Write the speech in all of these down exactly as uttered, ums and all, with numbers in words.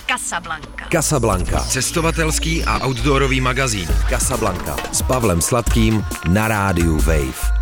Casablanca. Casablanca. Cestovatelský a outdoorový magazín. Casablanca. S Pavlem Sladkým na rádiu Wave.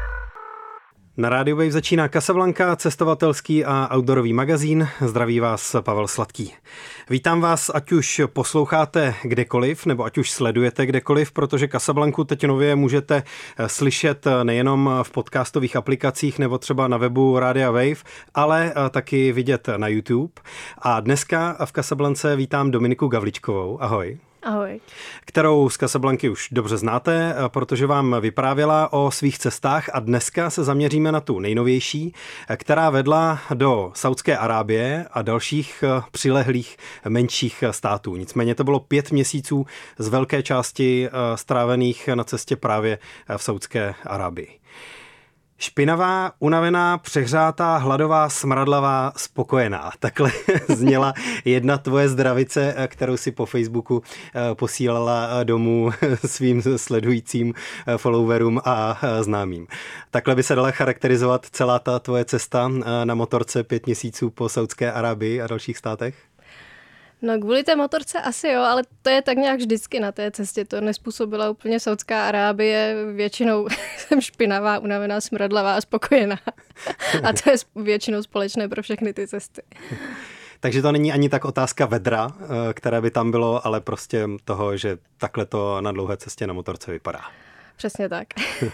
Na rádiu Wave začíná Casablanca, cestovatelský a outdoorový magazín. Zdraví vás Pavel Sladký. Vítám vás, ať už posloucháte kdekoliv, nebo ať už sledujete kdekoliv, protože Casablancu teď nově můžete slyšet nejenom v podcastových aplikacích nebo třeba na webu Rádia Wave, ale taky vidět na YouTube. A dneska v Casablance vítám Dominiku Gavličkovou. Ahoj. Ahoj. Kterou z Casablanky už dobře znáte, protože vám vyprávěla o svých cestách a dneska se zaměříme na tu nejnovější, která vedla do Saúdské Arábie a dalších přilehlých menších států. Nicméně to bylo pět měsíců z velké části strávených na cestě právě v Saúdské Arábii. Špinavá, unavená, přehřátá, hladová, smradlavá, spokojená. Takhle zněla jedna tvoje zdravice, kterou si po Facebooku posílala domů svým sledujícím followerům a známým. Takhle by se dala charakterizovat celá ta tvoje cesta na motorce pět měsíců po Saúdské Arábii a dalších státech? No kvůli té motorce asi jo, ale to je tak nějak vždycky na té cestě. To nezpůsobila úplně Saúdská Arábie. Většinou jsem špinavá, unavená, smradlavá a spokojená. A to je většinou společné pro všechny ty cesty. Takže to není ani tak otázka vedra, které by tam bylo, ale prostě toho, že takhle to na dlouhé cestě na motorce vypadá. Přesně tak.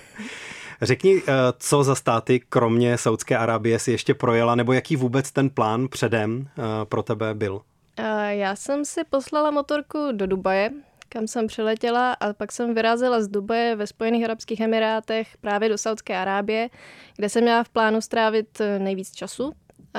Řekni, co za státy, kromě Saúdské Arábie, si ještě projela, nebo jaký vůbec ten plán předem pro tebe byl? Já jsem si poslala motorku do Dubaje, kam jsem přiletěla, a pak jsem vyrazila z Dubaje ve Spojených arabských emirátech právě do Saúdské Arábie, kde jsem měla v plánu strávit nejvíc času.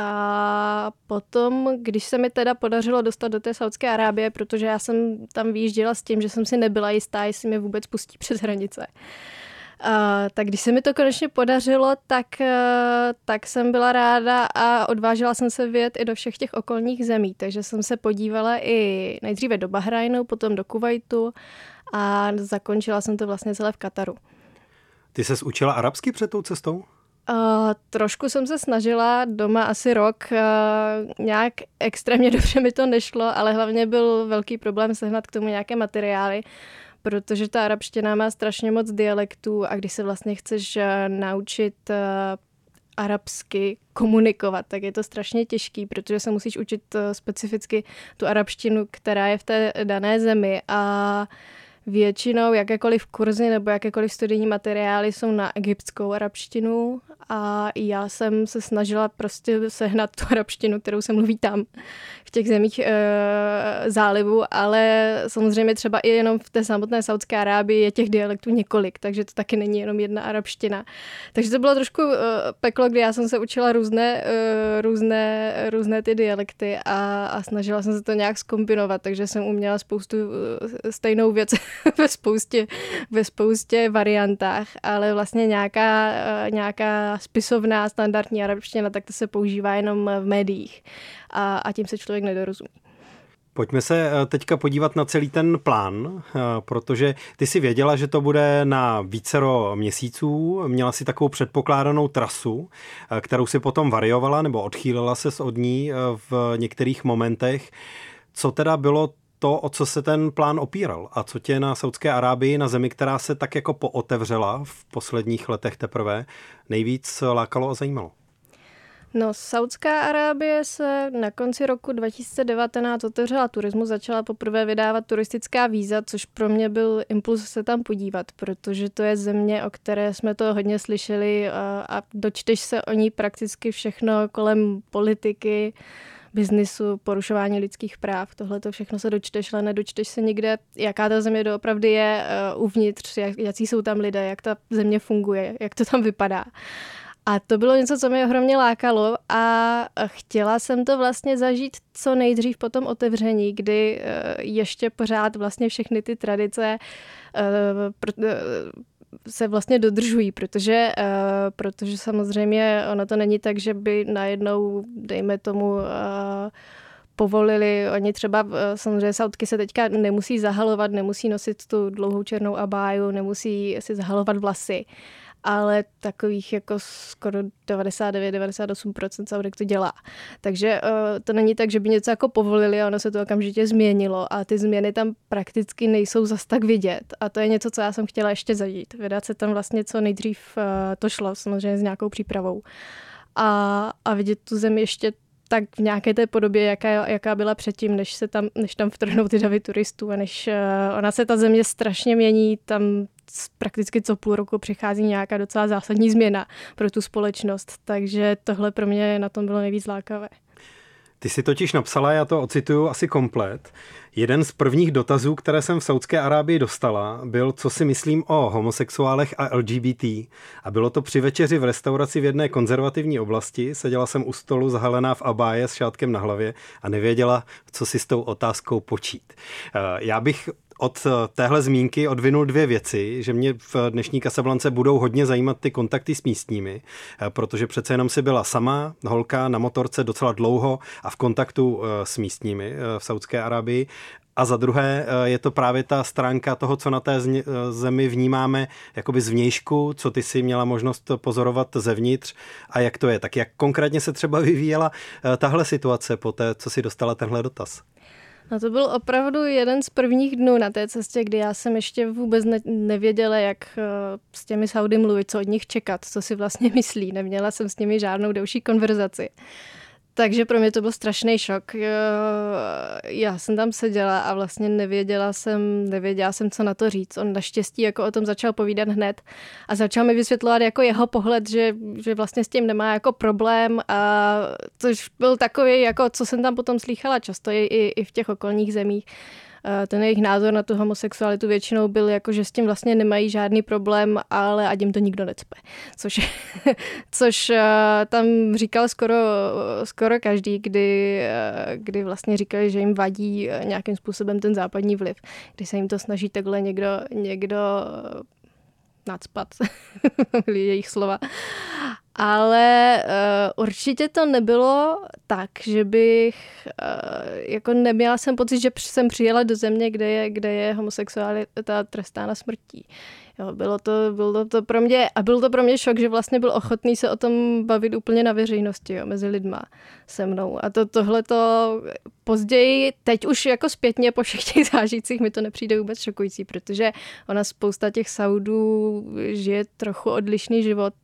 A potom, když se mi teda podařilo dostat do té Saúdské Arábie, protože já jsem tam vyjížděla s tím, že jsem si nebyla jistá, jestli mě vůbec pustí přes hranice. Uh, tak když se mi to konečně podařilo, tak, uh, tak jsem byla ráda a odvážila jsem se vyjet i do všech těch okolních zemí. Takže jsem se podívala i nejdříve do Bahrajnu, potom do Kuvajtu a zakončila jsem to vlastně celé v Kataru. Ty ses učila arabsky před tou cestou? Uh, trošku jsem se snažila, doma asi rok, uh, nějak extrémně dobře mi to nešlo, ale hlavně byl velký problém sehnat k tomu nějaké materiály, protože ta arabština má strašně moc dialektů a když se vlastně chceš naučit uh, arabsky komunikovat, tak je to strašně těžký, protože se musíš učit uh, specificky tu arabštinu, která je v té dané zemi, a většinou jakékoliv kurzy nebo jakékoliv studijní materiály jsou na egyptskou arabštinu a já jsem se snažila prostě sehnat tu arabštinu, kterou se mluví tam v těch zemích e, zálivu, ale samozřejmě třeba i jenom v té samotné Saúdské Arábii je těch dialektů několik, takže to taky není jenom jedna arabština. Takže to bylo trošku e, peklo, kdy já jsem se učila různé, e, různé, různé ty dialekty a, a snažila jsem se to nějak zkombinovat, takže jsem uměla spoustu e, stejnou věc ve spoustě, ve spoustě variantách, ale vlastně nějaká, nějaká spisovná standardní arabština, tak to se používá jenom v médiích a, a tím se člověk nedorozumí. Pojďme se teďka podívat na celý ten plán, protože ty si věděla, že to bude na vícero měsíců, měla si takovou předpokládanou trasu, kterou si potom variovala nebo odchýlila ses od ní v některých momentech. Co teda bylo to, o co se ten plán opíral a co tě na Saúdské Arábii, na zemi, která se tak jako pootevřela v posledních letech teprve, nejvíc lákalo a zajímalo? No, Saúdská Arábie se na konci roku dva tisíce devatenáct otevřela turismu, začala poprvé vydávat turistická víza, což pro mě byl impuls se tam podívat, protože to je země, o které jsme to hodně slyšeli a, a dočteš se o ní prakticky všechno kolem politiky, biznisu, porušování lidských práv. Tohle to všechno se dočteš, ale nedočteš se nikde, jaká ta země doopravdy je uh, uvnitř, jak, jaký jsou tam lidé, jak ta země funguje, jak to tam vypadá. A to bylo něco, co mě ohromně lákalo a chtěla jsem to vlastně zažít co nejdřív po tom otevření, kdy uh, ještě pořád vlastně všechny ty tradice uh, pr- uh, se vlastně dodržují, protože, uh, protože samozřejmě ono to není tak, že by najednou, dejme tomu, uh, povolili, oni třeba, samozřejmě Saúdky se teďka nemusí zahalovat, nemusí nosit tu dlouhou černou abáju, nemusí si zahalovat vlasy, ale takových jako skoro devadesát devět devadesát osm procent Saudek to dělá. Takže uh, to není tak, že by něco jako povolili a ono se to okamžitě změnilo a ty změny tam prakticky nejsou zas tak vidět. A to je něco, co já jsem chtěla ještě zažít. Vydat se tam vlastně co nejdřív uh, to šlo, samozřejmě s nějakou přípravou. A, a vidět tu zemi ještě tak v nějaké té podobě, jaká, jaká byla předtím, než se tam, než tam vtrhnou ty davy turistů a než uh, ona se ta země strašně mění, tam prakticky co půl roku přichází nějaká docela zásadní změna pro tu společnost, takže tohle pro mě na tom bylo nejvíc lákavé. Ty si totiž napsala, já to ocituju asi komplet, jeden z prvních dotazů, které jsem v Saudské Arábii dostala, byl, co si myslím o homosexuálech a L G B T. A bylo to při večeři v restauraci v jedné konzervativní oblasti. Seděla jsem u stolu zahalená v abáje s šátkem na hlavě a nevěděla, co si s tou otázkou počít. Já bych od téhle zmínky odvinul dvě věci, že mě v dnešní Casablance budou hodně zajímat ty kontakty s místními, protože přece jenom si byla sama, holka na motorce docela dlouho a v kontaktu s místními v Saudské Arábii. A za druhé je to právě ta stránka toho, co na té zemi vnímáme jakoby zvnějšku, co ty si měla možnost pozorovat zevnitř a jak to je. Tak jak konkrétně se třeba vyvíjela tahle situace po té, co si dostala tenhle dotaz? No to byl opravdu jeden z prvních dnů na té cestě, kdy já jsem ještě vůbec ne- nevěděla, jak uh, s těmi Saudy mluvit, co od nich čekat, co si vlastně myslí. Neměla jsem s nimi žádnou delší konverzaci. Takže pro mě to byl strašný šok. Já jsem tam seděla a vlastně nevěděla jsem, nevěděla jsem, co na to říct. On naštěstí jako o tom začal povídat hned a začal mi vysvětlovat jako jeho pohled, že, že vlastně s tím nemá jako problém a což byl takový, jako co jsem tam potom slýchala často i, i v těch okolních zemích. Ten jejich názor na tu homosexualitu většinou byl jako, že s tím vlastně nemají žádný problém, ale ať jim to nikdo necpe. Což, což tam říkal skoro, skoro každý, kdy, kdy vlastně říkali, že jim vadí nějakým způsobem ten západní vliv. Když se jim to snaží takhle někdo, někdo nacpat, byly jejich slova. Ale uh, určitě to nebylo tak, že bych, uh, jako neměla jsem pocit, že jsem přijela do země, kde je, kde je homosexualita trestána smrtí. Jo, bylo to, bylo to pro mě, a byl to pro mě šok, že vlastně byl ochotný se o tom bavit úplně na veřejnosti, jo, mezi lidma se mnou. A to, tohleto později, teď už jako zpětně po všech těch zážitcích mi to nepřijde vůbec šokující, protože ona spousta těch Saudů žije trochu odlišný život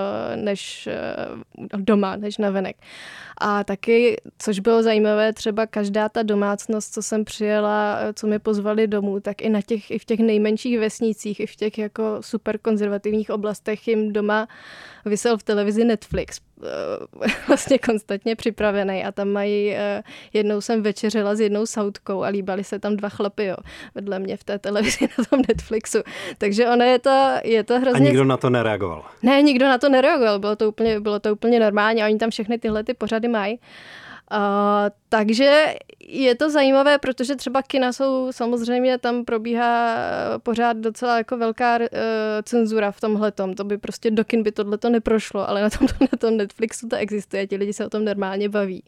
než doma, než navenek. A taky, což bylo zajímavé, třeba každá ta domácnost, co jsem přijela, co mě pozvali domů, tak i na těch, i v těch nejmenších vesnicích, i v těch jako super konzervativních oblastech jim doma visel v televizi Netflix, vlastně konstantně připravený a tam mají, jednou jsem večeřela s jednou Saudkou a líbali se tam dva chlapy, jo, vedle mě v té televizi na tom Netflixu. Takže ono je to, je to hrozně... A nikdo na to nereagoval? Ne, nikdo na to nereagoval, bylo to úplně, bylo to úplně normálně a oni tam všechny tyhle ty pořady mají. Uh, takže je to zajímavé, protože třeba kina jsou, samozřejmě tam probíhá pořád docela jako velká uh, cenzura v tomhletom. To by prostě do kin by tohleto neprošlo, ale na tom, na tom Netflixu to existuje, ti lidi se o tom normálně baví.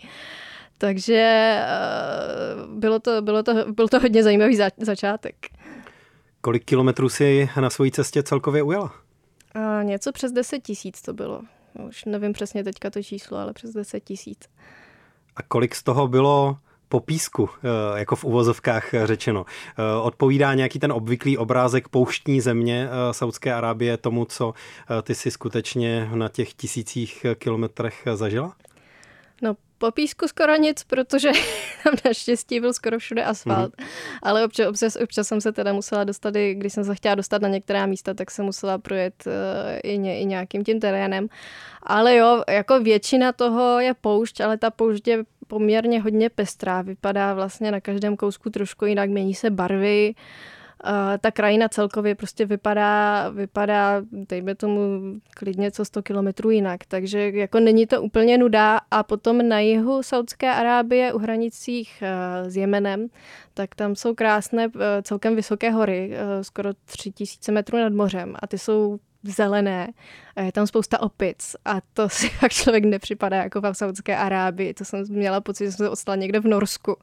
Takže uh, bylo to, bylo to, byl to hodně zajímavý za, začátek. Kolik kilometrů si na své cestě celkově ujela? Uh, něco přes deset tisíc to bylo. Už nevím přesně teďka to číslo, ale přes deset tisíc. A kolik z toho bylo po písku, jako v uvozovkách řečeno? Odpovídá nějaký ten obvyklý obrázek pouštní země Saudské Arábie tomu, co ty si skutečně na těch tisících kilometrech zažila? No, po písku skoro nic, protože tam naštěstí byl skoro všude asfalt. Mm-hmm. Ale občas, občas, občas jsem se teda musela dostat, když jsem se chtěla dostat na některá místa, tak jsem musela projet uh, i, ně, i nějakým tím terénem. Ale jo, jako většina toho je poušť, ale ta poušť je poměrně hodně pestrá. Vypadá vlastně na každém kousku trošku jinak, mění se barvy. Uh, ta krajina celkově prostě vypadá, vypadá, dejme tomu klidně co sto kilometrů jinak, takže jako není to úplně nuda a potom na jihu Saudské Arábie u hranicích uh, s Jemenem, tak tam jsou krásné, uh, celkem vysoké hory, uh, skoro tři tisíce metrů nad mořem a ty jsou zelené, je tam spousta opic a to si jak člověk nepřipadá jako v Saudské Arábii. To jsem měla pocit, že jsem se odstala někde v Norsku.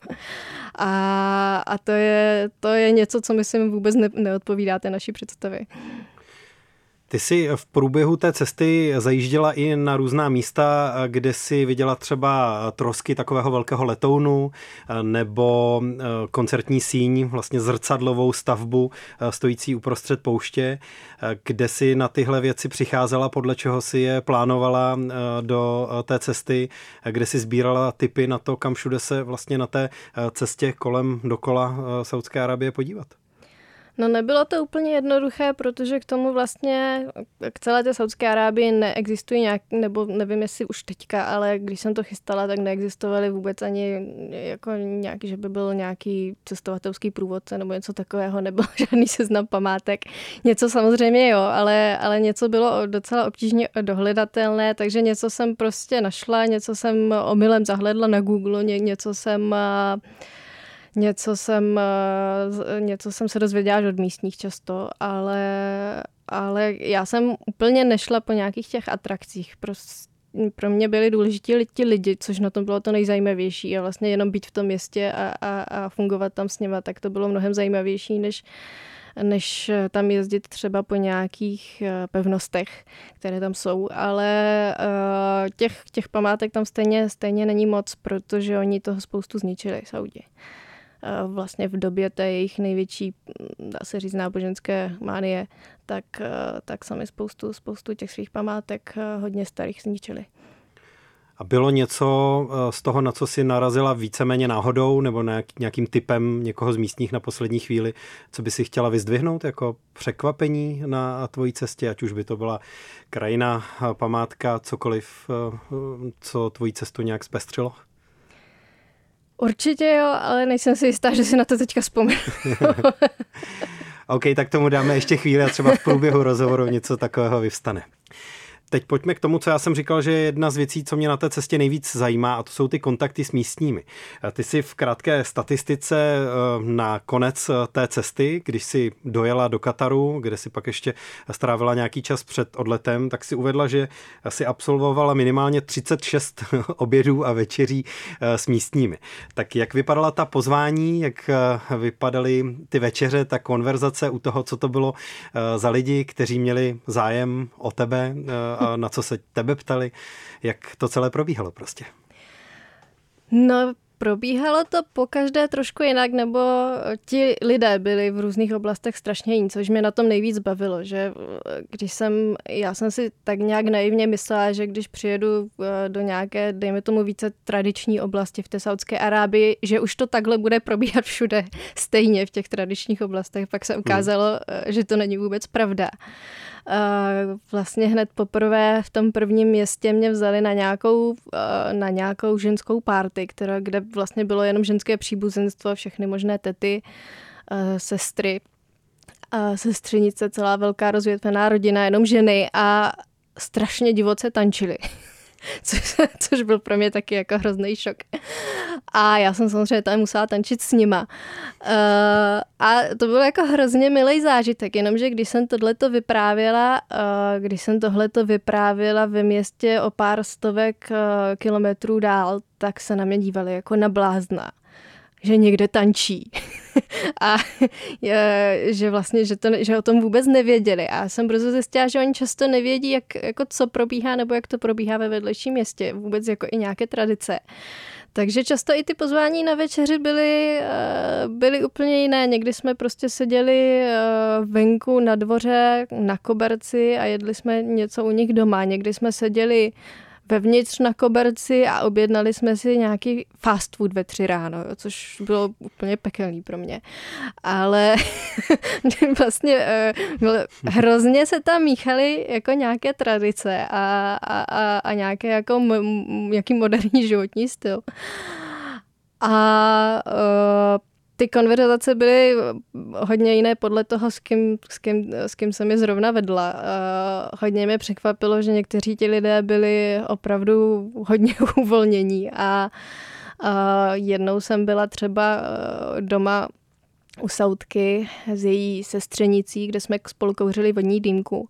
A, a to, je, to je něco, co myslím vůbec ne, neodpovídá té naší představy. Ty jsi v průběhu té cesty zajížděla i na různá místa, kde si viděla třeba trosky takového velkého letounu nebo koncertní síň, vlastně zrcadlovou stavbu stojící uprostřed pouště, kde si na tyhle věci přicházela, podle čeho si je plánovala do té cesty, kde si sbírala tipy na to, kam všude se vlastně na té cestě kolem dokola Saúdské Arábie podívat. No nebylo to úplně jednoduché, protože k tomu vlastně, k celé té Saúdské Arábii neexistují nějak, nebo nevím, jestli už teďka, ale když jsem to chystala, tak neexistovaly vůbec ani jako nějaký, že by byl nějaký cestovatelský průvodce nebo něco takového, nebyl žádný seznam památek. Něco samozřejmě jo, ale, ale něco bylo docela obtížně dohledatelné, takže něco jsem prostě našla, něco jsem omylem zahledla na Google, ně, něco jsem... Něco jsem, něco jsem se dozvěděla od místních často, ale, ale já jsem úplně nešla po nějakých těch atrakcích. Prostě pro mě byli důležití ti lidi, což na tom bylo to nejzajímavější. A vlastně jenom být v tom městě a, a, a fungovat tam s nima, tak to bylo mnohem zajímavější, než, než tam jezdit třeba po nějakých pevnostech, které tam jsou. Ale těch, těch památek tam stejně, stejně není moc, protože oni toho spoustu zničili, Saudi. Vlastně v době té jejich největší, dá se říct, náboženské mánie, tak, tak sami spoustu, spoustu těch svých památek hodně starých zničili. A bylo něco z toho, na co si narazila víceméně náhodou nebo nějakým typem někoho z místních na poslední chvíli, co by si chtěla vyzdvihnout jako překvapení na tvojí cestě, ať už by to byla krajina, památka, cokoliv, co tvoji cestu nějak zpestřilo? Určitě jo, ale nejsem si jistá, že si na to teďka vzpomenu. OK, tak tomu dáme ještě chvíli a třeba v průběhu rozhovoru něco takového vyvstane. Teď pojďme k tomu, co já jsem říkal, že je jedna z věcí, co mě na té cestě nejvíc zajímá, a to jsou ty kontakty s místními. Ty si v krátké statistice na konec té cesty, když si dojela do Kataru, kde si pak ještě strávila nějaký čas před odletem, tak si uvedla, že si absolvovala minimálně třicet šest obědů a večeří s místními. Tak jak vypadala ta pozvání, jak vypadaly ty večeře, ta konverzace u toho, co to bylo za lidi, kteří měli zájem o tebe, a na co se tebe ptali, jak to celé probíhalo prostě? No, probíhalo to pokaždé trošku jinak, nebo ti lidé byli v různých oblastech strašně jiní, což mě na tom nejvíc bavilo, že když jsem, já jsem si tak nějak naivně myslela, že když přijedu do nějaké, dejme tomu více tradiční oblasti v té Saúdské Arábii, že už to takhle bude probíhat všude stejně v těch tradičních oblastech, pak se ukázalo, hmm. že to není vůbec pravda. Vlastně hned poprvé v tom prvním městě mě vzali na nějakou, na nějakou ženskou party, která, kde vlastně bylo jenom ženské příbuzenstvo, všechny možné tety, sestry, sestřenice, celá velká rozvětvená rodina, jenom ženy a strašně divoce tančili. Což, což byl pro mě taky jako hrozný šok. A já jsem samozřejmě tam musela tančit s nima. Uh, a to byl jako hrozně milý zážitek, jenomže když jsem tohleto vyprávěla, uh, když jsem tohleto vyprávěla ve městě o pár stovek uh, kilometrů dál, tak se na mě dívali jako na blázna, že někde tančí. A je, že vlastně, že, to, že o tom vůbec nevěděli. A já jsem brzo zjistila, že oni často nevědí, jak, jako co probíhá, nebo jak to probíhá ve vedlejším městě. Vůbec jako i nějaké tradice. Takže často i ty pozvání na večeři byly, byly úplně jiné. Někdy jsme prostě seděli venku na dvoře, na koberci a jedli jsme něco u nich doma. Někdy jsme seděli vevnitř na koberci a objednali jsme si nějaký fast food ve tři ráno, což bylo úplně pekelný pro mě. Ale vlastně bylo, hrozně se tam míchaly jako nějaké tradice a, a, a, a nějaké jako m, nějaký moderní životní styl. A uh, ty konverzace byly hodně jiné podle toho, s kým, s kým, s kým jsem je zrovna vedla. Uh, hodně mě překvapilo, že někteří ti lidé byli opravdu hodně uvolnění a uh, jednou jsem byla třeba doma u Saúdky s její sestřenicí, kde jsme spolu kouřili vodní dýmku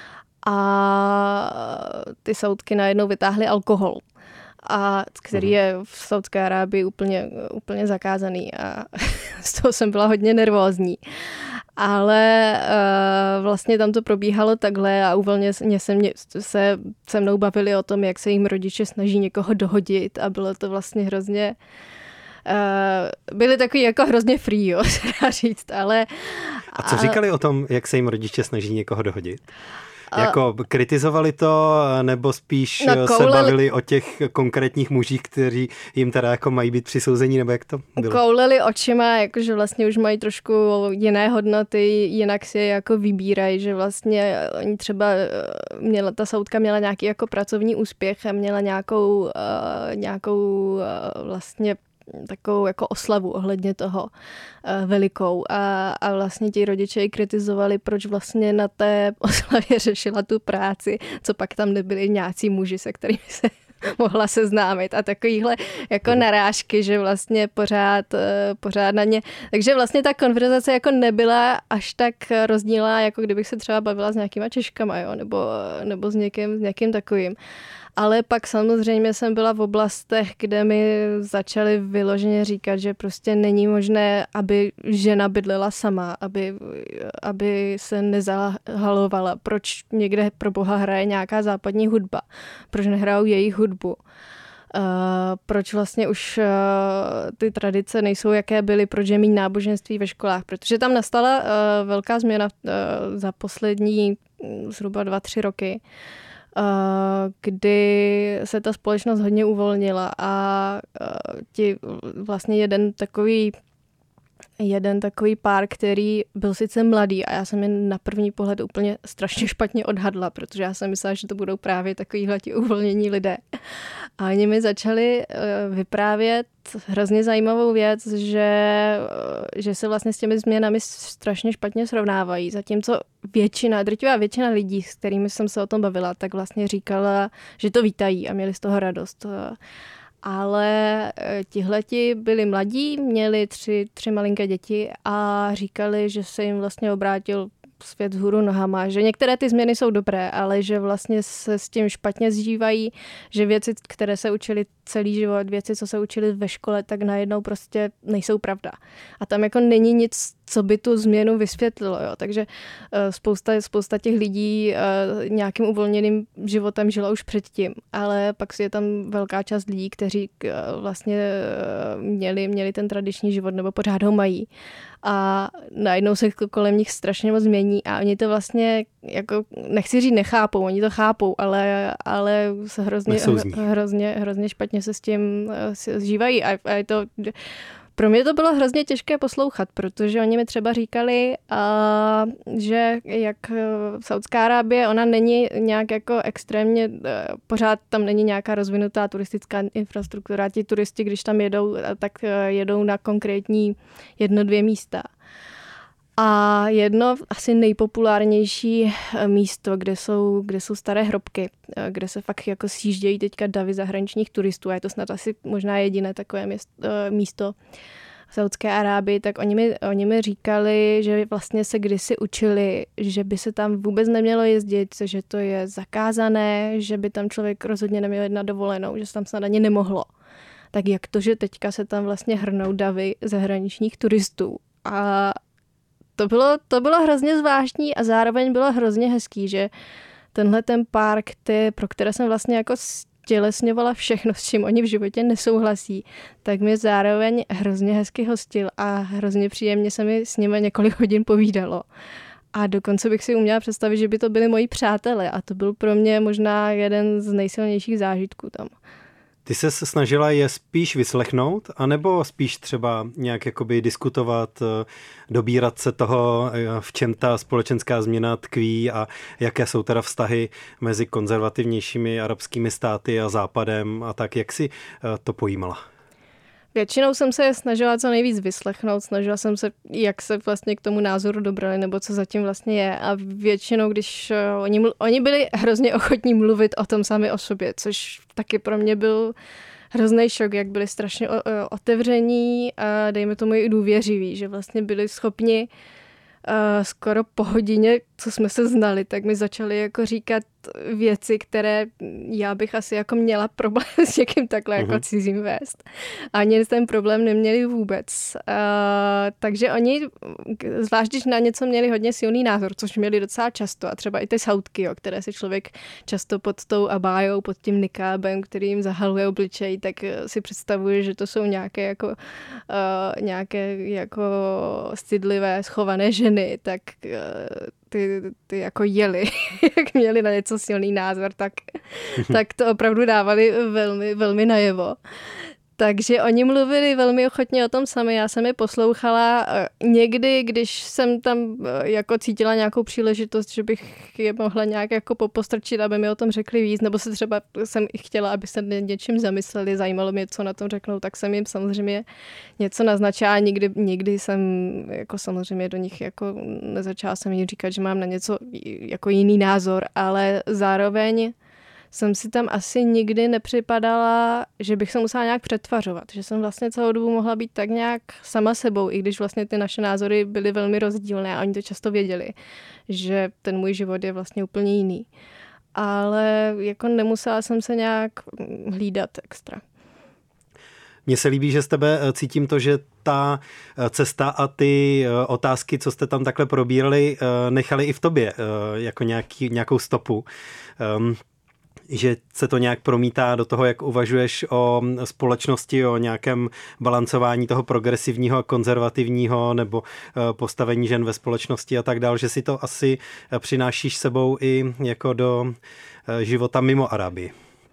a ty Saúdky najednou vytáhly alkohol. A který je v Saúdské Arábii úplně, úplně zakázaný a z toho jsem byla hodně nervózní. Ale uh, vlastně tam to probíhalo takhle a uvolně se, mě, se se mnou bavili o tom, jak se jim rodiče snaží někoho dohodit a bylo to vlastně hrozně Uh, byli takový jako hrozně free, jo, se dá říct, ale... A co říkali o tom, jak se jim rodiče snaží někoho dohodit? Jako kritizovali to, nebo spíš no, kouleli, se bavili o těch konkrétních mužích, kteří jim teda jako mají být přisouzení, nebo jak to bylo? Kouleli očima, jakože vlastně už mají trošku jiné hodnoty, jinak si je jako vybírají, že vlastně oni třeba měla, ta soudka měla nějaký jako pracovní úspěch a měla nějakou, uh, nějakou uh, vlastně takovou jako oslavu ohledně toho uh, velikou a, a vlastně ti rodiče ji kritizovali, proč vlastně na té oslavě řešila tu práci, co pak tam nebyli nějací muži, se kterými se mohla seznámit a takovýhle jako narážky, že vlastně pořád, uh, pořád na ně. Takže vlastně ta konverzace jako nebyla až tak rozdílná, jako kdybych se třeba bavila s nějakýma Češkama, jo, nebo, nebo s někým, s někým takovým. Ale pak samozřejmě jsem byla v oblastech, kde mi začali vyloženě říkat, že prostě není možné, aby žena bydlela sama, aby, aby se nezahalovala. Proč někde pro boha hraje nějaká západní hudba? Proč nehrajou jejich hudbu? Uh, proč vlastně už uh, ty tradice nejsou, jaké byly, proč je méně náboženství ve školách? Protože tam nastala uh, velká změna uh, za poslední um, zhruba dva, tři roky, kdy se ta společnost hodně uvolnila a ti vlastně jeden takový jeden takový pár, který byl sice mladý a já jsem je na první pohled úplně strašně špatně odhadla, protože já jsem myslela, že to budou právě takovýhle ti uvolnění lidé. A oni mi začali vyprávět hrozně zajímavou věc, že, že se vlastně s těmi změnami strašně špatně srovnávají. Zatímco většina, drtivá většina lidí, s kterými jsem se o tom bavila, tak vlastně říkala, že to vítají a měli z toho radost. Ale tihleti byli mladí, měli tři, tři malinké děti a říkali, že se jim vlastně obrátil svět vzhůru nohama, že některé ty změny jsou dobré, ale že vlastně se s tím špatně zžívají, že věci, které se učili celý život, věci, co se učili ve škole, tak najednou prostě nejsou pravda. A tam jako není nic, co by tu změnu vysvětlilo. Jo. Takže spousta, spousta těch lidí nějakým uvolněným životem žila už předtím, ale pak je tam velká část lidí, kteří vlastně měli, měli ten tradiční život nebo pořád ho mají. A najednou se to kolem nich strašně moc změní a oni to vlastně, jako, nechci říct nechápou, oni to chápou, ale, ale se hrozně, hrozně, hrozně špatně se s tím zžívají. A, a je to... Pro mě to bylo hrozně těžké poslouchat, protože oni mi třeba říkali, uh, že jak Saudská Arábie, ona není nějak jako extrémně, uh, pořád tam není nějaká rozvinutá turistická infrastruktura. Ti turisti, když tam jedou, tak uh, jedou na konkrétní jedno, dvě místa. A jedno asi nejpopulárnější místo, kde jsou, kde jsou staré hrobky, kde se fakt jako sjíždějí teďka davy zahraničních turistů, a je to snad asi možná jediné takové město, místo v Saudské Arábii, tak oni mi, oni mi říkali, že vlastně se kdysi učili, že by se tam vůbec nemělo jezdit, že to je zakázané, že by tam člověk rozhodně neměl jít na dovolenou, že se tam snad ani nemohlo. Tak jak to, že teďka se tam vlastně hrnou davy zahraničních turistů? A To bylo, to bylo hrozně zvláštní a zároveň bylo hrozně hezký, že tenhle ten pár, který, pro které jsem vlastně jako stělesňovala všechno, s čím oni v životě nesouhlasí, tak mě zároveň hrozně hezky hostil a hrozně příjemně se mi s nimi několik hodin povídalo. A dokonce bych si uměla představit, že by to byli moji přátelé a to byl pro mě možná jeden z nejsilnějších zážitků tam. Ty se snažila je spíš vyslechnout, anebo spíš třeba nějak jakoby diskutovat, dobírat se toho, v čem ta společenská změna tkví a jaké jsou teda vztahy mezi konzervativnějšími arabskými státy a západem a tak, jak si to pojímala? Většinou jsem se je snažila co nejvíc vyslechnout, snažila jsem se, jak se vlastně k tomu názoru dobrali, nebo co zatím vlastně je. A většinou, když oni, oni byli hrozně ochotní mluvit o tom sami o sobě, což taky pro mě byl hrozný šok, jak byli strašně otevření a dejme tomu i důvěřiví, že vlastně byli schopni Uh, skoro po hodině, co jsme se znali, tak mi začali jako říkat, věci, které já bych asi jako měla problém s někým takhle uh-huh. jako cizím vést. A oni ten problém neměli vůbec. Uh, takže oni, zvlášť když na něco měli hodně silný názor, což měli docela často, a třeba i ty sautky, jo, které si člověk často pod tou abájou, pod tím nikábem, který jim zahaluje obličej, tak si představuje, že to jsou nějaké jako, uh, nějaké jako stydlivé, schované ženy, tak uh, ty, ty jako jeli, jak měli na něco silný názor, tak, tak to opravdu dávali velmi, velmi najevo. Takže oni mluvili velmi ochotně o tom sami, já jsem je poslouchala. Někdy, když jsem tam jako cítila nějakou příležitost, že bych je mohla nějak jako popostrčit, aby mi o tom řekli víc, nebo se třeba jsem i chtěla, aby se něčím zamysleli, zajímalo mě, co na tom řeknou, tak jsem jim samozřejmě něco naznačila. Nikdy, nikdy jsem jako samozřejmě do nich jako nezačala jsem jim říkat, že mám na něco jako jiný názor, ale zároveň jsem si tam asi nikdy nepřipadala, že bych se musela nějak přetvařovat, že jsem vlastně celou dobu mohla být tak nějak sama sebou, i když vlastně ty naše názory byly velmi rozdílné a oni to často věděli, že ten můj život je vlastně úplně jiný. Ale jako nemusela jsem se nějak hlídat extra. Mně se líbí, že z tebe cítím to, že ta cesta a ty otázky, co jste tam takhle probírali, nechali i v tobě jako nějaký, nějakou stopu. Um, že se to nějak promítá do toho, jak uvažuješ o společnosti, o nějakém balancování toho progresivního a konzervativního nebo postavení žen ve společnosti a tak dál, že si to asi přinášíš sebou i jako do života mimo Arábii.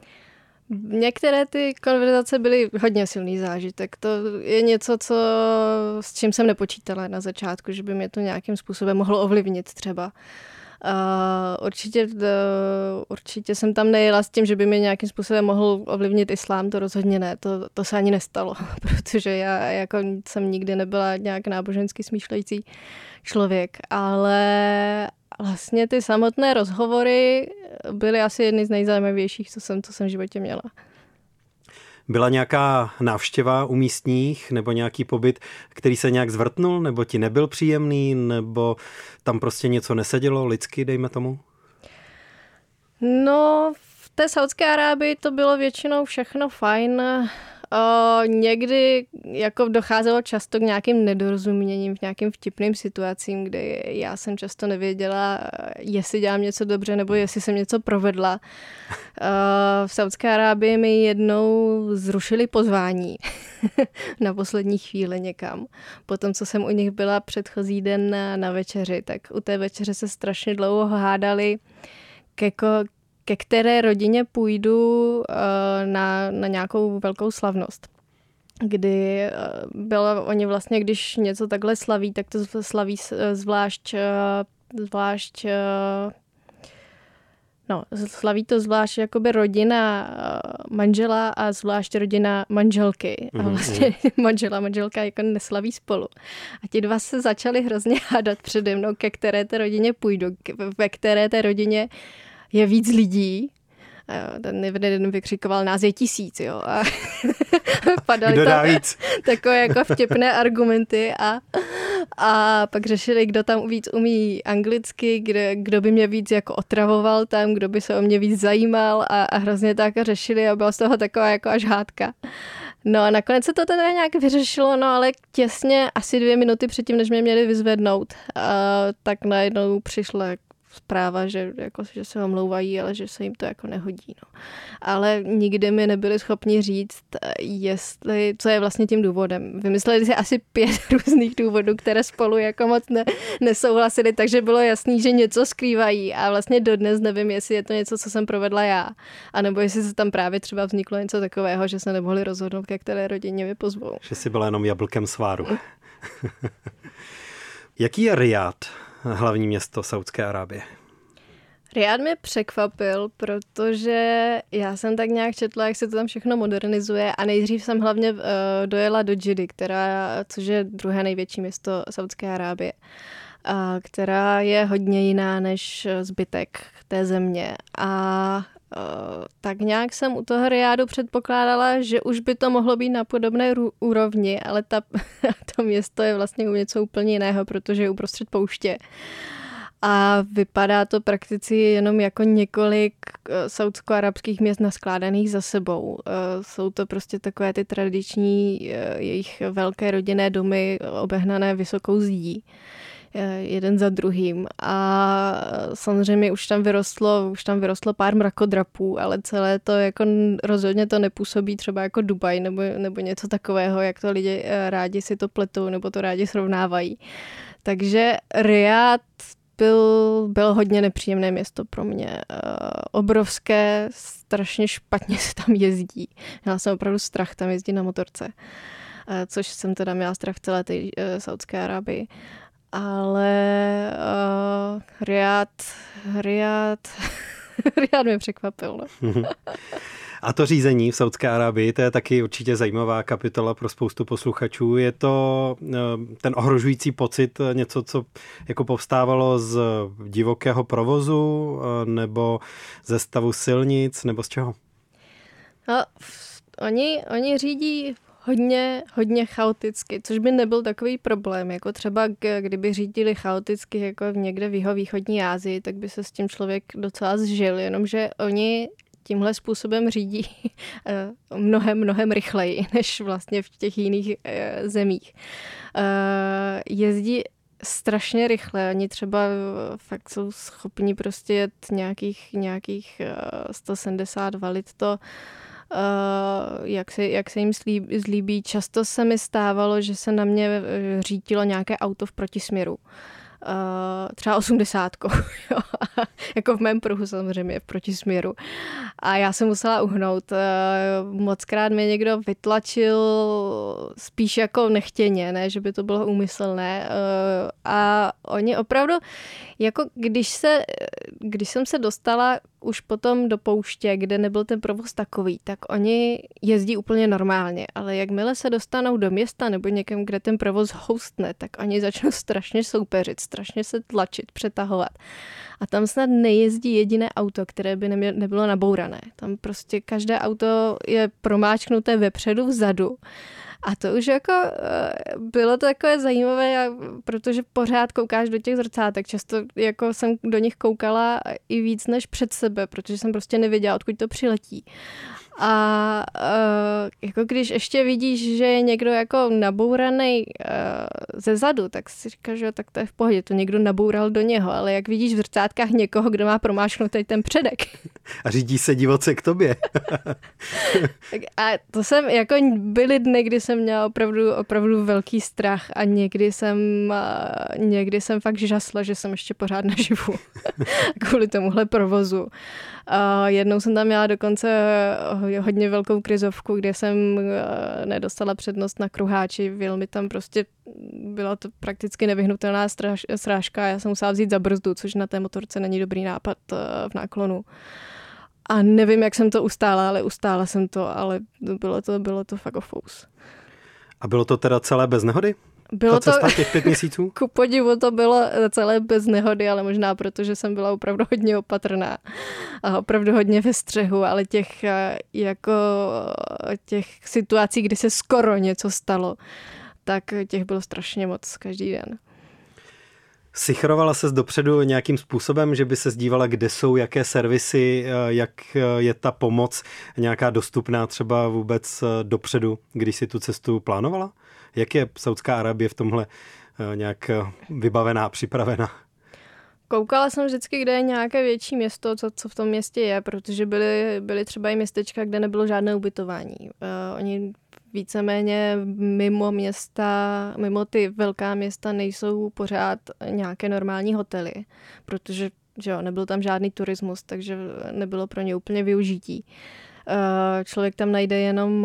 Některé ty konverzace byly hodně silný zážitek. To je něco, co, s čím jsem nepočítala na začátku, že by mě to nějakým způsobem mohlo ovlivnit třeba. Uh, určitě, uh, určitě jsem tam nejela s tím, že by mě nějakým způsobem mohl ovlivnit islám, to rozhodně ne, to, to se ani nestalo, protože já jako jsem nikdy nebyla nějak nábožensky smýšlející člověk, ale vlastně ty samotné rozhovory byly asi jedny z nejzajímavějších, co jsem, co jsem v životě měla. Byla nějaká návštěva u místních nebo nějaký pobyt, který se nějak zvrtnul, nebo ti nebyl příjemný, nebo tam prostě něco nesedělo lidsky, dejme tomu? No, v té Saudské Arábii to bylo většinou všechno fajn. O, někdy jako docházelo často k nějakým nedorozuměním, v nějakým vtipným situacím, kdy já jsem často nevěděla, jestli dělám něco dobře, nebo jestli jsem něco provedla. O, v Saudské Arábii mi jednou zrušili pozvání na poslední chvíli někam. Potom, co jsem u nich byla předchozí den na, na večeři, tak u té večeře se strašně dlouho hádali keko ke které rodině půjdu uh, na, na nějakou velkou slavnost. Kdy uh, bylo, oni vlastně, když něco takhle slaví, tak to slaví zvlášť, uh, zvlášť uh, no, slaví to zvlášť jakoby rodina uh, manžela a zvlášť rodina manželky. Mm-hmm. A vlastně manžela a manželka jako neslaví spolu. A ti dva se začali hrozně hádat přede mnou, ke které té rodině půjdu, ve které té rodině je víc lidí. Ten jeden vykřikoval, nás je tisíc, jo. A padaly tam takové jako vtipné argumenty a, a pak řešili, kdo tam víc umí anglicky, kde, kdo by mě víc jako otravoval tam, kdo by se o mě víc zajímal a, a hrozně tak řešili a byla z toho taková jako až hádka. No a nakonec se to teda nějak vyřešilo, no ale těsně asi dvě minuty předtím, než mě měli vyzvednout, a tak najednou přišla zpráva, že, jako, že se omlouvají, ale že se jim to jako nehodí. No. Ale nikdy mi nebyli schopni říct, jestli, co je vlastně tím důvodem. Vymysleli si asi pět různých důvodů, které spolu jako moc ne, nesouhlasili, takže bylo jasný, že něco skrývají a vlastně dodnes nevím, jestli je to něco, co jsem provedla já, anebo jestli se tam právě třeba vzniklo něco takového, že se nemohli rozhodnout, ke které rodině mi pozvou. Že jsi byla jenom jablkem sváru. Jaký je Rijád, hlavní město Saudské Arábie? Rijád mě překvapil, protože já jsem tak nějak četla, jak se to tam všechno modernizuje a nejdřív jsem hlavně uh, dojela do Džidy, která, což je druhé největší město Saudské Arábie, uh, která je hodně jiná než zbytek té země. A Uh, tak nějak jsem u toho Rijádu předpokládala, že už by to mohlo být na podobné rů- úrovni, ale ta, to město je vlastně něco úplně jiného, protože je uprostřed pouště. a vypadá to prakticky jenom jako několik saúdsko-arabských měst naskládaných za sebou. Jsou to prostě takové ty tradiční jejich velké rodinné domy obehnané vysokou zdí. Jeden za druhým. A samozřejmě už tam vyrostlo, už tam vyrostlo pár mrakodrapů, ale celé to jako rozhodně to nepůsobí třeba jako Dubaj nebo, nebo něco takového, jak to lidi rádi si to pletou nebo to rádi srovnávají. Takže Riad byl, byl hodně nepříjemné město pro mě. Obrovské, strašně špatně se tam jezdí. Měla jsem opravdu strach tam jezdit na motorce, což jsem teda měla strach v celé té Saúdské Arábii. Ale uh, Riad, Riad, Riad mě překvapil. No. A to řízení v Saúdské Arábii, to je taky určitě zajímavá kapitola pro spoustu posluchačů. Je to ten ohrožující pocit něco, co jako povstávalo z divokého provozu nebo ze stavu silnic, nebo z čeho? No, oni, oni řídí hodně, hodně chaoticky, což by nebyl takový problém. Jako třeba kdyby řídili chaoticky jako někde v jihovýchodní Asii, tak by se s tím člověk docela zžil, jenomže oni tímhle způsobem řídí mnohem, mnohem rychleji, než vlastně v těch jiných zemích. Jezdí strašně rychle, oni třeba fakt jsou schopni prostě jet nějakých, nějakých sto sedmdesát valit to, jak se, jak se jim slíbí, zlíbí. Často se mi stávalo, že se na mě řítilo nějaké auto v protisměru. Uh, třeba osmdesátkou, jo. Jako v mém pruhu samozřejmě v protisměru. A já jsem musela uhnout. Uh, mockrát mě někdo vytlačil spíš jako nechtěně, ne, že by to bylo úmyslné. Uh, a oni opravdu, jako když se, když jsem se dostala už potom do pouště, kde nebyl ten provoz takový, tak oni jezdí úplně normálně, ale jakmile se dostanou do města nebo někam, kde ten provoz houstne, tak oni začnou strašně soupeřit, strašně se tlačit, přetahovat. A tam snad nejezdí jediné auto, které by nebylo nabourané. Tam prostě každé auto je promáčknuté vepředu, vzadu. A to už jako bylo to takové zajímavé, protože pořád koukáš do těch zrcátek. Často jako jsem do nich koukala i víc než před sebe, protože jsem prostě nevěděla, odkud to přiletí. A uh, jako když ještě vidíš, že je někdo jako nabouraný uh, ze zadu, tak si říkáš, že tak to je v pohodě, to někdo naboural do něho, ale jak vidíš v zrcátkách někoho, kdo má promášknutý ten předek. A řídí se divoce k tobě. A to jsem, jako byly dny, kdy jsem měla opravdu, opravdu velký strach a někdy jsem, uh, někdy jsem fakt žasla, že jsem ještě pořád naživu kvůli tomuhle provozu. Uh, jednou jsem tam měla dokonce hodně velkou krizovku, kde jsem nedostala přednost na kruháči. Vyjel mi tam prostě, byla to prakticky nevyhnutelná stráž, srážka. Já jsem musela vzít za brzdu, což na té motorce není dobrý nápad v náklonu. A nevím, jak jsem to ustála, ale ustála jsem to, ale bylo to, bylo to fakt ofous. A bylo to teda celé bez nehody? Bylo ta cesta těch pět měsíců? Ku podivu to bylo celé bez nehody, ale možná proto, že jsem byla opravdu hodně opatrná a opravdu hodně ve střehu, ale těch, jako, těch situací, kdy se skoro něco stalo, tak těch bylo strašně moc každý den. Sichrovala ses dopředu nějakým způsobem, že by se dívala, kde jsou, jaké servisy, jak je ta pomoc nějaká dostupná třeba vůbec dopředu, když si tu cestu plánovala? Jak je Saúdská Arábie v tomhle nějak vybavená, připravená? Koukala jsem vždycky, kde je nějaké větší město, co, co v tom městě je, protože byly, byly třeba i městečka, kde nebylo žádné ubytování. Uh, oni víceméně mimo města, mimo ty velká města nejsou pořád nějaké normální hotely, protože že jo, nebyl tam žádný turismus, takže nebylo pro ně úplně využití. Uh, člověk tam najde jenom uh,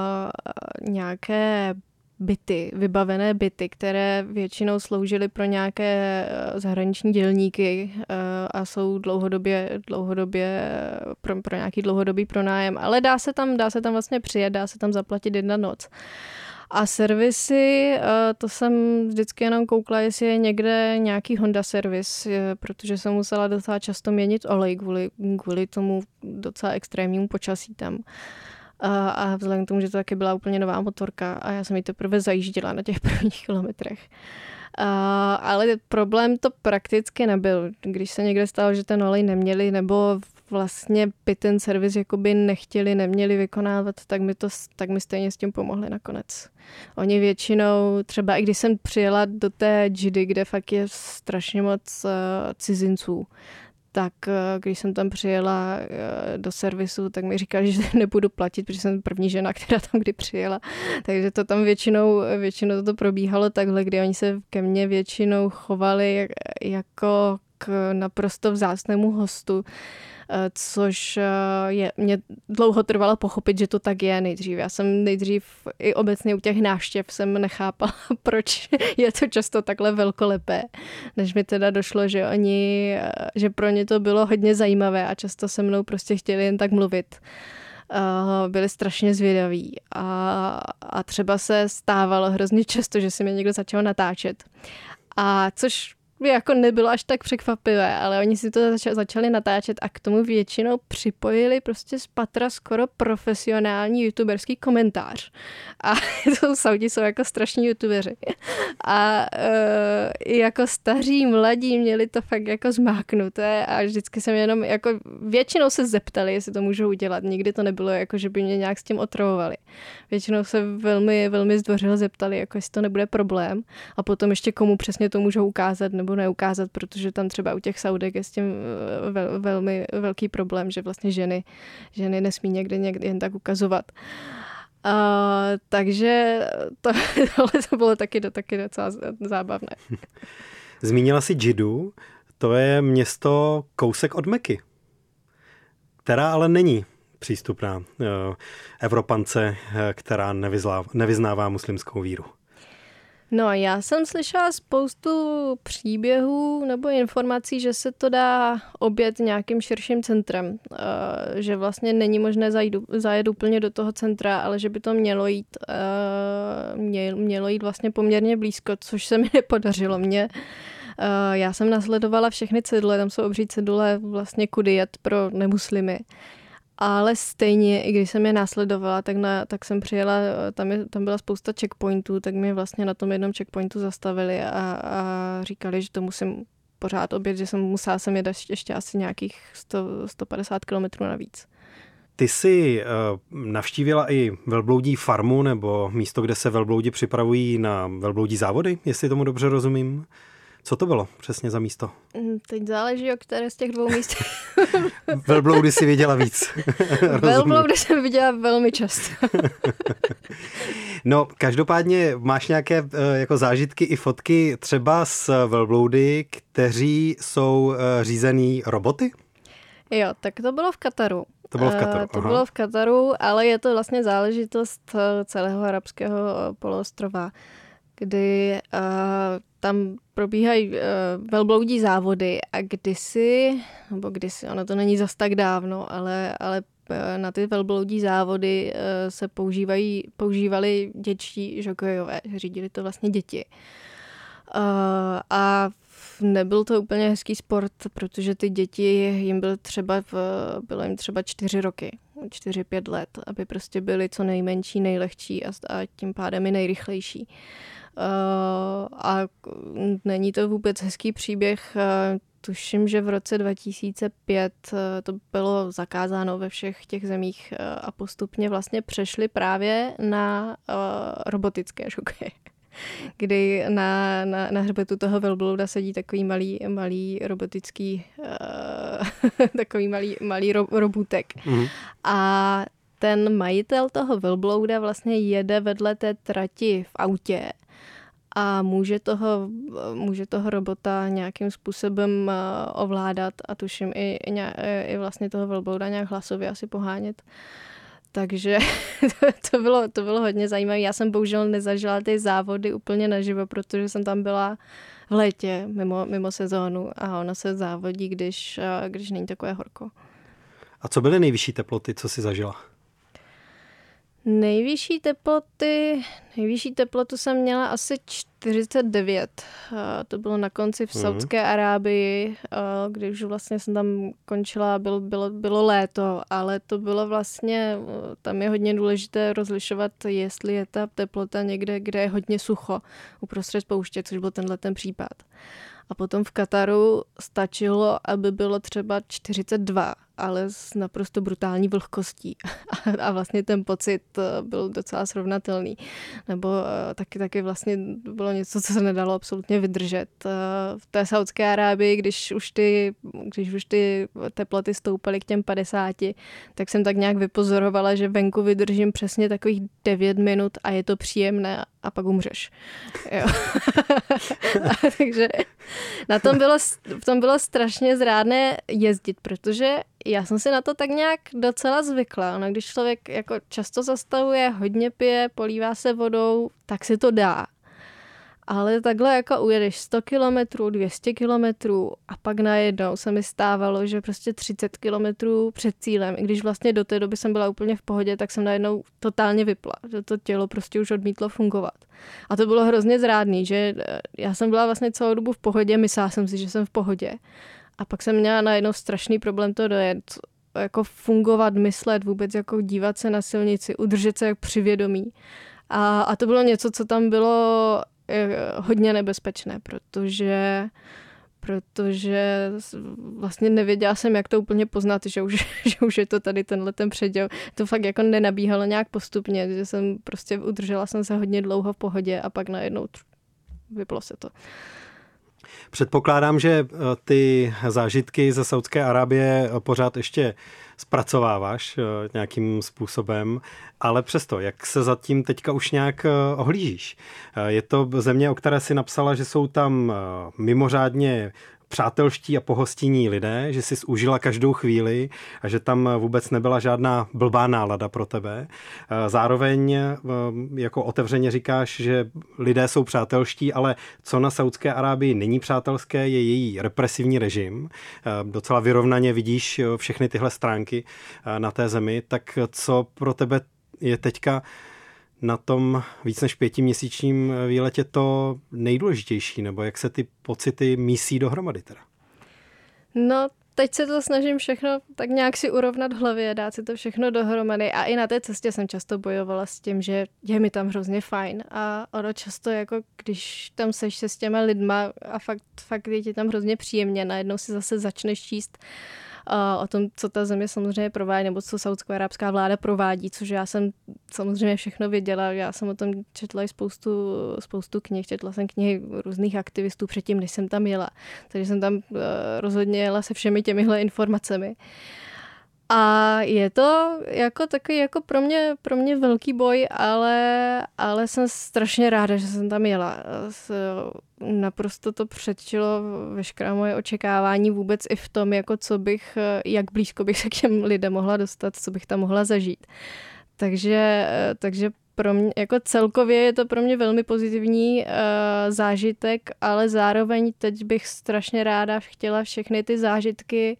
nějaké byty, vybavené byty, které většinou sloužily pro nějaké zahraniční dělníky a jsou dlouhodobě, dlouhodobě pro, pro nějaký dlouhodobý pronájem. Ale dá se tam, dá se tam vlastně přijet, dá se tam zaplatit jedna noc. A servisy, to jsem vždycky jenom koukla, jestli je někde nějaký Honda servis, protože jsem musela docela často měnit olej kvůli, kvůli tomu docela extrémnímu počasí tam. A, a vzhledem k tomu, že to taky byla úplně nová motorka a já jsem ji teprve zajížděla na těch prvních kilometrech. ale problém to prakticky nebyl. Když se někde stalo, že ten olej neměli, nebo vlastně pitn servis jakoby nechtěli, neměli vykonávat, tak mi, to, tak mi stejně s tím pomohli nakonec. Oni většinou, třeba i když jsem přijela do té džidy, kde fakt je strašně moc uh, cizinců, tak když jsem tam přijela do servisu, tak mi říkali, že nebudu platit, protože jsem první žena, která tam kdy přijela. Takže to tam většinou, většinou to probíhalo takhle, kdy oni se ke mně většinou chovali jako k naprosto vzácnému hostu, což je, mě dlouho trvalo pochopit, že to tak je nejdřív. Já jsem nejdřív i obecně u těch návštěv jsem nechápala, proč je to často takhle velkolepé, než mi teda došlo, že oni, že pro ně to bylo hodně zajímavé a často se mnou prostě chtěli jen tak mluvit. Byli strašně zvědaví a, a třeba se stávalo hrozně často, že si mě někdo začal natáčet. A což jako nebylo až tak překvapivé, ale oni si to zač- začali natáčet a k tomu většinou připojili prostě z patra skoro profesionální youtuberský komentář. A to Saudi jsou jako strašní youtubeři. A e, jako staří, mladí měli to fakt jako zmáknuté a vždycky jsem jenom jako většinou se zeptali, jestli to můžou udělat. Nikdy to nebylo jako, že by mě nějak s tím otravovali. Většinou se velmi, velmi zdvořile zeptali, jako jestli to nebude problém a potom ještě komu přesně to můžou ukázat nebo neukázat, protože tam třeba u těch Saudek je s tím vel, velmi velký problém, že vlastně ženy, ženy nesmí někde, někde jen tak ukazovat. Uh, takže to, tohle to bylo taky, taky docela zábavné. Zmínila si Džidu, to je město kousek od Meky, která ale není přístupná uh, Evropance, která nevyzlá, nevyznává muslimskou víru. No, já jsem slyšela spoustu příběhů nebo informací, že se to dá objet nějakým širším centrem, že vlastně není možné zajít, zajet úplně do toho centra, ale že by to mělo jít, mělo jít vlastně poměrně blízko, což se mi nepodařilo. Mě, já jsem nasledovala všechny cedule, tam jsou obří cedule vlastně kudy jet pro nemuslimy. Ale stejně, i když jsem je následovala, tak, na, tak jsem přijela, tam, je, tam byla spousta checkpointů, tak mě vlastně na tom jednom checkpointu zastavili a, a říkali, že to musím pořád objet, že jsem musela jsem jet ještě asi nějakých sto, sto padesát kilometrů navíc. Ty jsi uh, navštívila i velbloudí farmu nebo místo, kde se velbloudi připravují na velbloudí závody, jestli tomu dobře rozumím. Co to bylo přesně za místo? Teď záleží, o které z těch dvou míst. Velbloudy si viděla víc. Velbloudy jsem viděla velmi často. No, každopádně máš nějaké uh, jako zážitky i fotky třeba s velbloudy, kteří jsou uh, řízený roboty? Jo, tak to bylo v Kataru. To bylo v Kataru, uh, To aha. bylo v Kataru, ale je to vlastně záležitost celého arabského poloostrova, kdy uh, tam probíhají uh, velbloudí závody a kdysi, nebo kdysi, ono to není zas tak dávno, ale, ale uh, na ty velbloudí závody uh, se používají, používali dětští žokejové, řídili to vlastně děti. Uh, a nebyl to úplně hezký sport, protože ty děti, jim byl třeba, bylo jim třeba čtyři roky, čtyři, pět let, aby prostě byly co nejmenší, nejlehčí a, a tím pádem i nejrychlejší. Uh, a není to vůbec hezký příběh. Uh, tuším, že v roce dva tisíce pět uh, to bylo zakázáno ve všech těch zemích uh, a postupně vlastně přešli právě na uh, robotické žokeje, kdy na, na, na hřbetu toho velblouda sedí takový malý, malý robotický uh, takový malý, malý ro, robůtek. Mm. A ten majitel toho velblouda vlastně jede vedle té trati v autě a může toho, může toho robota nějakým způsobem ovládat a tuším i, i vlastně toho velblouda nějak hlasově asi pohánět. Takže to, to, bylo, to bylo hodně zajímavé. Já jsem bohužel nezažila ty závody úplně naživo, protože jsem tam byla v létě mimo, mimo sezónu a ona se závodí, když, když není takové horko. A co byly nejvyšší teploty, co jsi zažila? Nejvyšší teploty, nejvyšší teplotu jsem měla asi čtyřicet devět. To bylo na konci v Saudské Arábii, když už vlastně jsem tam končila, bylo, bylo, bylo léto, ale to bylo vlastně, tam je hodně důležité rozlišovat, jestli je ta teplota někde, kde je hodně sucho uprostřed pouště, což byl tenhle ten případ. A potom v Kataru stačilo, aby bylo třeba čtyřicet dva, ale s naprosto brutální vlhkostí. A vlastně ten pocit byl docela srovnatelný. Nebo taky, taky vlastně bylo něco, co se nedalo absolutně vydržet. V té Saudské Arábii, když už ty, když už ty teploty stoupaly k těm padesáti, tak jsem tak nějak vypozorovala, že venku vydržím přesně takových devět minut a je to příjemné a pak umřeš. Jo. Takže na tom bylo, v tom bylo strašně zrádné jezdit, protože já jsem si na to tak nějak docela zvykla. No, když člověk jako často zastavuje, hodně pije, polívá se vodou, tak si to dá. Ale takhle jako ujedeš sto kilometrů, dvě stě kilometrů a pak najednou se mi stávalo, že prostě třicet kilometrů před cílem, i když vlastně do té doby jsem byla úplně v pohodě, tak jsem najednou totálně vypla, že to tělo prostě už odmítlo fungovat. A to bylo hrozně zrádný, že já jsem byla vlastně celou dobu v pohodě, myslela jsem si, že jsem v pohodě. A pak jsem měla najednou strašný problém to dojet, jako fungovat, myslet, vůbec jako dívat se na silnici, udržet se jak při vědomí. A, a to bylo něco, co tam bylo hodně nebezpečné, protože, protože vlastně nevěděla jsem, jak to úplně poznat, že už, že už je to tady tenhle ten předěl. To fakt jako nenabíhalo nějak postupně, že jsem prostě udržela jsem se hodně dlouho v pohodě a pak najednou vyplo se to. Předpokládám, že ty zážitky ze Saudské Arábie pořád ještě zpracováváš nějakým způsobem, ale přesto, jak se zatím teďka už nějak ohlížíš? Je to země, o které si napsala, že jsou tam mimořádně přátelští a pohostinní lidé, že jsi užila každou chvíli a že tam vůbec nebyla žádná blbá nálada pro tebe. Zároveň jako otevřeně říkáš, že lidé jsou přátelští, ale co na Saudské Arábii není přátelské, je její represivní režim. Docela vyrovnaně vidíš všechny tyhle stránky na té zemi, tak co pro tebe je teďka na tom víc než pětiměsíčním výletě to nejdůležitější, nebo jak se ty pocity mísí dohromady teda? No, teď se to snažím všechno tak nějak si urovnat v hlavě, dát si to všechno dohromady a i na té cestě jsem často bojovala s tím, že je mi tam hrozně fajn a ono často jako když tam seš se s těma lidma a fakt, fakt je ti tam hrozně příjemně, najednou si zase začneš číst Uh, o tom, co ta země samozřejmě provádí, nebo co saúdsko-arabská vláda provádí, což já jsem samozřejmě všechno věděla. Já jsem o tom četla i spoustu, spoustu knih, četla jsem knihy různých aktivistů předtím, než jsem tam jela. Takže jsem tam uh, rozhodně jela se všemi těmihle informacemi. A je to jako takový jako pro mě, pro mě velký boj, ale, ale jsem strašně ráda, že jsem tam jela. Naprosto to předčilo veškerá moje očekávání vůbec i v tom, jako co bych, jak blízko bych se k těm lidem mohla dostat, co bych tam mohla zažít. Takže, takže pro mě, jako celkově je to pro mě velmi pozitivní uh, zážitek, ale zároveň teď bych strašně ráda chtěla všechny ty zážitky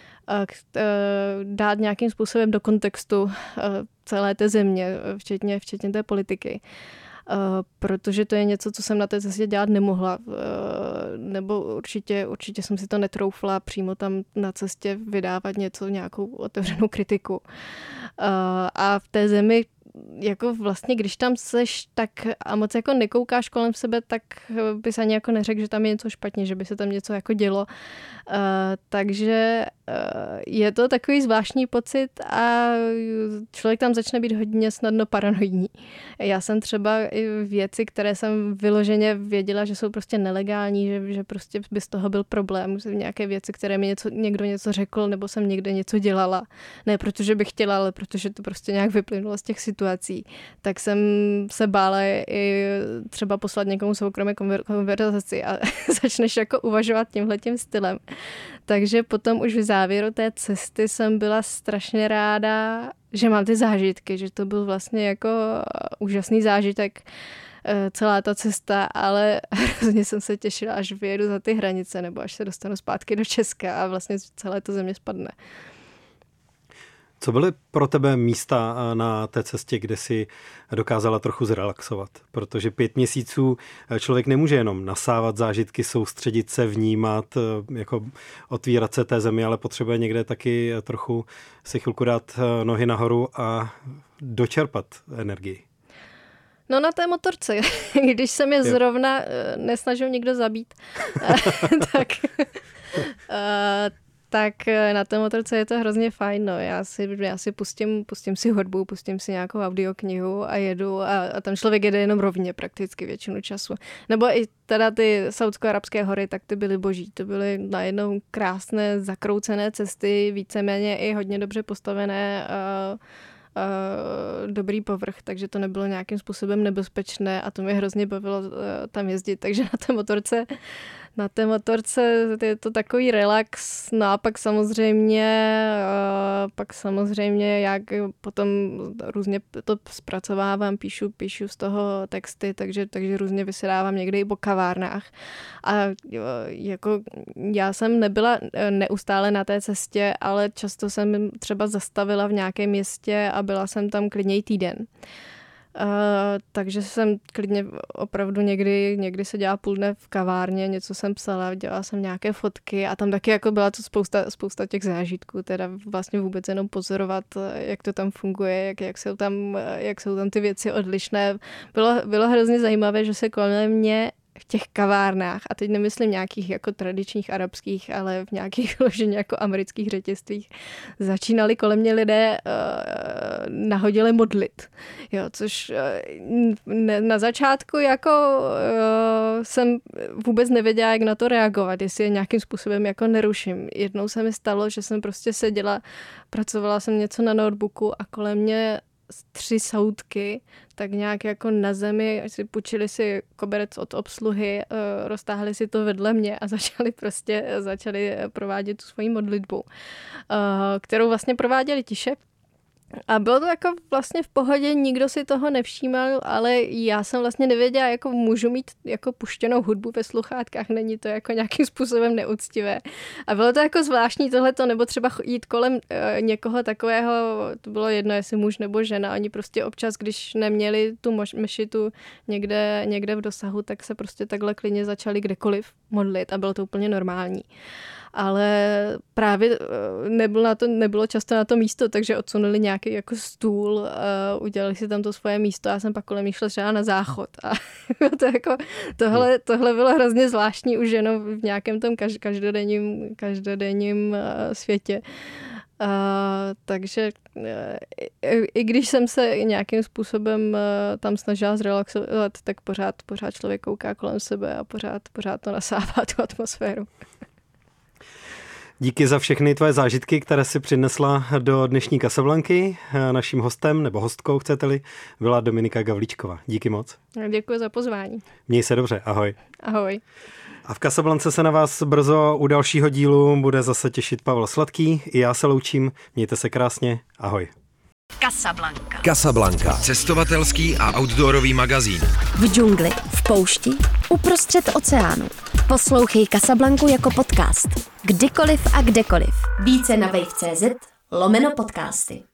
dát nějakým způsobem do kontextu celé té země, včetně, včetně té politiky. Protože to je něco, co jsem na té cestě dělat nemohla. Nebo určitě, určitě jsem si to netroufla přímo tam na cestě vydávat něco, nějakou otevřenou kritiku. A v té zemi jako vlastně, když tam seš tak a moc jako nekoukáš kolem sebe, tak bys ani jako neřekl, že tam je něco špatně, že by se tam něco jako dělo. Uh, takže uh, je to takový zvláštní pocit a člověk tam začne být hodně snadno paranoidní. Já jsem třeba i věci, které jsem vyloženě věděla, že jsou prostě nelegální, že, že prostě by z toho byl problém. Nějaké věci, které mi něco, někdo něco řekl, nebo jsem někde něco dělala. Ne protože bych chtěla, ale protože to prostě nějak vyplynulo z těch situací. Tak jsem se bála i třeba poslat někomu soukromé konverzaci a začneš jako uvažovat tímhletím stylem. Takže potom už v závěru té cesty jsem byla strašně ráda, že mám ty zážitky, že to byl vlastně jako úžasný zážitek celá ta cesta, ale hrozně jsem se těšila, až vyjedu za ty hranice nebo až se dostanu zpátky do Česka a vlastně celé to země spadne. Co byly pro tebe místa na té cestě, kde si dokázala trochu zrelaxovat? Protože pět měsíců člověk nemůže jenom nasávat zážitky, soustředit se, vnímat, jako otvírat se té zemi, ale potřebuje někde taky trochu si chvilku dát nohy nahoru a dočerpat energii. No na té motorce, když se mě zrovna nesnažil nikdo zabít, tak... tak na té motorce je to hrozně fajn. No. Já si, já si pustím, pustím si hudbu, pustím si nějakou audioknihu a jedu a, a tam člověk jede jenom rovně prakticky většinu času. Nebo i teda ty saúdsko-arabské hory, tak ty byly boží. To byly najednou krásné, zakroucené cesty, víceméně i hodně dobře postavené uh, Uh, dobrý povrch, takže to nebylo nějakým způsobem nebezpečné a to mě hrozně bavilo uh, tam jezdit, takže na té motorce na té motorce je to takový relax, no a pak samozřejmě uh, pak samozřejmě jak potom různě to zpracovávám, píšu, píšu z toho texty, takže, takže různě vysedávám někde i po kavárnách a uh, jako já jsem nebyla neustále na té cestě, ale často jsem třeba zastavila v nějakém městě a byla jsem tam klidně i týden. Uh, takže jsem klidně opravdu někdy, někdy se dělala půl dne v kavárně, něco jsem psala, dělala jsem nějaké fotky a tam taky jako byla to spousta, spousta těch zážitků, teda vlastně vůbec jenom pozorovat, jak to tam funguje, jak, jak, jsou, tam, jak jsou tam ty věci odlišné. Bylo, bylo hrozně zajímavé, že se kolem mě v těch kavárnách, a teď nemyslím nějakých jako tradičních arabských, ale v nějakých vloženě jako amerických řetězstvích, začínali kolem mě lidé uh, nahodile modlit. Jo, což uh, ne, na začátku jako uh, jsem vůbec nevěděla, jak na to reagovat, jestli je nějakým způsobem jako neruším. Jednou se mi stalo, že jsem prostě seděla, pracovala jsem něco na notebooku a kolem mě tři Saúdky, tak nějak jako na zemi, si půjčili si koberec od obsluhy, roztáhli si to vedle mě a začali prostě začali provádět tu svoji modlitbu, kterou vlastně prováděli tiše. A bylo to jako vlastně v pohodě, nikdo si toho nevšímal, ale já jsem vlastně nevěděla, jako můžu mít jako puštěnou hudbu ve sluchátkách, není to jako nějakým způsobem neúctivé. A bylo to jako zvláštní tohleto, nebo třeba jít kolem uh, někoho takového, to bylo jedno, jestli muž nebo žena, oni prostě občas, když neměli tu mož- mešitu někde, někde v dosahu, tak se prostě takhle klidně začali kdekoliv modlit a bylo to úplně normální. Ale právě nebylo, na to, nebylo často na to místo, takže odsunuli nějaký jako stůl, uh, udělali si tam to svoje místo a já jsem pak kolem nich šla třeba na záchod. A to jako, tohle, tohle bylo hrozně zvláštní už jenom v nějakém tom kaž, každodenním, každodenním uh, světě. Uh, takže uh, i, i když jsem se nějakým způsobem uh, tam snažila zrelaxovat, tak pořád, pořád člověk kouká kolem sebe a pořád, pořád to nasává tu atmosféru. Díky za všechny tvoje zážitky, které si přinesla do dnešní Casablanky. Naším hostem, nebo hostkou, chcete-li, byla Dominika Gavlíčková. Díky moc. Děkuji za pozvání. Měj se dobře, ahoj. Ahoj. A v Casablance se na vás brzo u dalšího dílu bude zase těšit Pavel Sladký. I já se loučím, mějte se krásně, ahoj. Casablanca. Casablanca. Cestovatelský a outdoorový magazín. V džungli, v poušti, uprostřed oceánu. Poslouchej Casablanku jako podcast. Kdykoliv a kdekoliv. Více na wave tečka cé zet lomeno podcasty.